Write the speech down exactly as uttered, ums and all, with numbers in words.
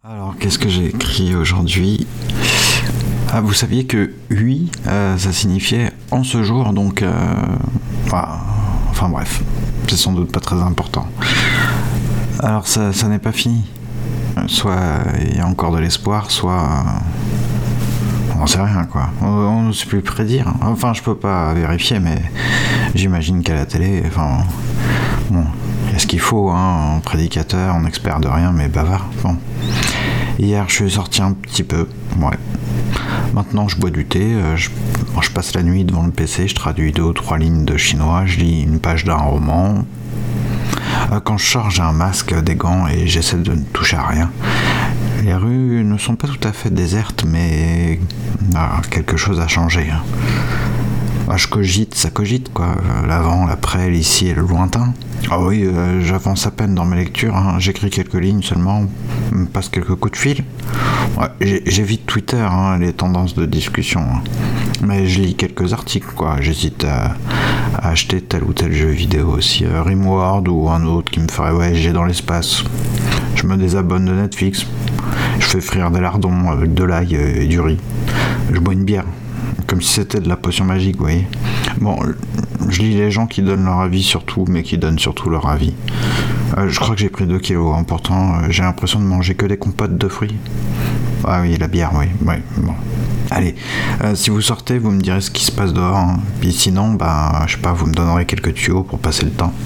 Alors, qu'est-ce que j'ai écrit aujourd'hui? Ah, vous saviez que oui, euh, ça signifiait en ce jour, donc... Euh, voilà. Enfin bref, c'est sans doute pas très important. Alors, ça, ça n'est pas fini. Soit il y a encore de l'espoir, soit... Euh, on n'en sait rien, quoi. On ne sait plus prédire. Enfin, je peux pas vérifier, mais j'imagine qu'à la télé... Enfin, bon, il y a ce qu'il faut, hein, en prédicateur, en expert de rien, mais bavard. Bon. Hier, je suis sorti un petit peu, ouais. Maintenant, je bois du thé, euh, je, je passe la nuit devant le P C, je traduis deux ou trois lignes de chinois, je lis une page d'un roman. Euh, quand je sors, j'ai un masque, des gants et j'essaie de ne toucher à rien. Les rues ne sont pas tout à fait désertes, mais ah, quelque chose a changé. Hein. Ah, je cogite, ça cogite, quoi. L'avant, l'après, l'ici et le lointain. Ah oui, euh, j'avance à peine dans mes lectures, hein. J'écris quelques lignes seulement, me passe quelques coups de fil. Ouais, j'évite Twitter, hein, les tendances de discussion. Hein. Mais je lis quelques articles, quoi. J'hésite à, à acheter tel ou tel jeu vidéo aussi. Euh, Rimworld ou un autre qui me ferait voyager dans l'espace. Je me désabonne de Netflix. Je fais frire des lardons avec de l'ail et du riz. Je bois une bière. Comme si c'était de la potion magique, vous voyez. Bon, je lis les gens qui donnent leur avis surtout, mais qui donnent surtout leur avis. Euh, je crois que j'ai pris deux kilos, hein. Pourtant euh, j'ai l'impression de manger que des compotes de fruits. Ah oui, la bière, oui, oui, bon. Allez, euh, si vous sortez, vous me direz ce qui se passe dehors, hein. Puis sinon, bah, je sais pas, vous me donnerez quelques tuyaux pour passer le temps.